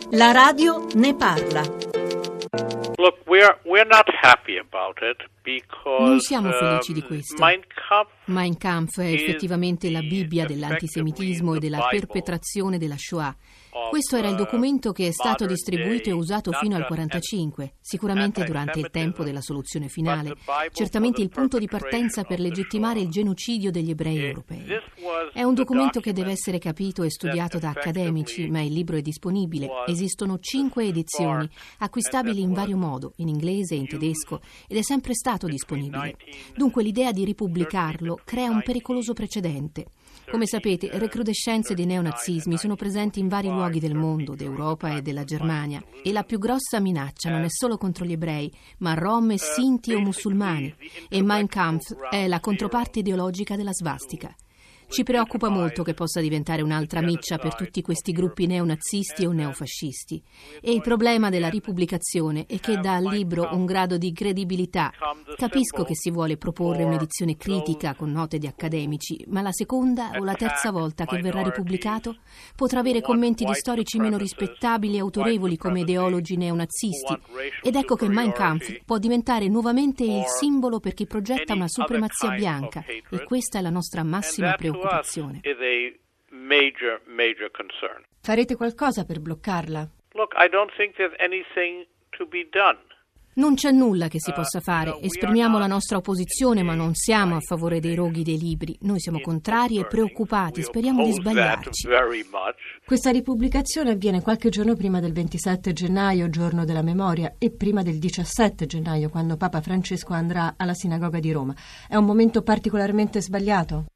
La radio ne parla. Look, we're not happy about it because non siamo felici di questo. Mein Kampf è effettivamente la Bibbia dell'antisemitismo e della perpetrazione della Shoah. Questo era il documento che è stato distribuito e usato fino al 1945, sicuramente durante il tempo della soluzione finale, certamente il punto di partenza per legittimare il genocidio degli ebrei europei. È un documento che deve essere capito e studiato da accademici, ma il libro è disponibile. Esistono 5 edizioni, acquistabili in vario modo, in inglese e in tedesco, ed è sempre stato disponibile. Dunque l'idea di ripubblicarlo crea un pericoloso precedente. Come sapete, recrudescenze di neonazismi sono presenti in vari luoghi del mondo, d'Europa e della Germania, e la più grossa minaccia non è solo contro gli ebrei, ma rom e sinti o musulmani, e Mein Kampf è la controparte ideologica della svastica. Ci preoccupa molto che possa diventare un'altra miccia per tutti questi gruppi neonazisti o neofascisti. E il problema della ripubblicazione è che dà al libro un grado di credibilità. Capisco che si vuole proporre un'edizione critica con note di accademici, ma la seconda o la terza volta che verrà ripubblicato potrà avere commenti di storici meno rispettabili e autorevoli come ideologi neonazisti. Ed ecco che Mein Kampf può diventare nuovamente il simbolo per chi progetta una supremazia bianca, e questa è la nostra massima preoccupazione. Farete qualcosa per bloccarla? Look, I don't think there's anything to be done. Non c'è nulla che si possa fare. Esprimiamo la nostra opposizione, ma non siamo a favore dei roghi dei libri. Noi siamo contrari e preoccupati. Speriamo di sbagliarci. Questa ripubblicazione avviene qualche giorno prima del 27 gennaio, giorno della memoria, e prima del 17 gennaio, quando Papa Francesco andrà alla sinagoga di Roma. È un momento particolarmente sbagliato?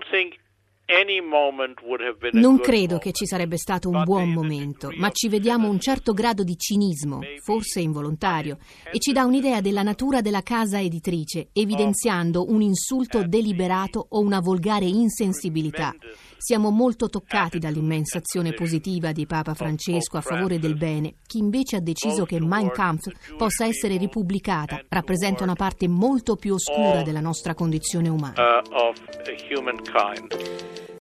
Non credo che ci sarebbe stato un buon momento, ma ci vediamo un certo grado di cinismo, forse involontario, e ci dà un'idea della natura della casa editrice, evidenziando un insulto deliberato o una volgare insensibilità. Siamo molto toccati dall'immensa azione positiva di Papa Francesco a favore del bene. Chi invece ha deciso che Mein Kampf possa essere ripubblicata rappresenta una parte molto più oscura della nostra condizione umana.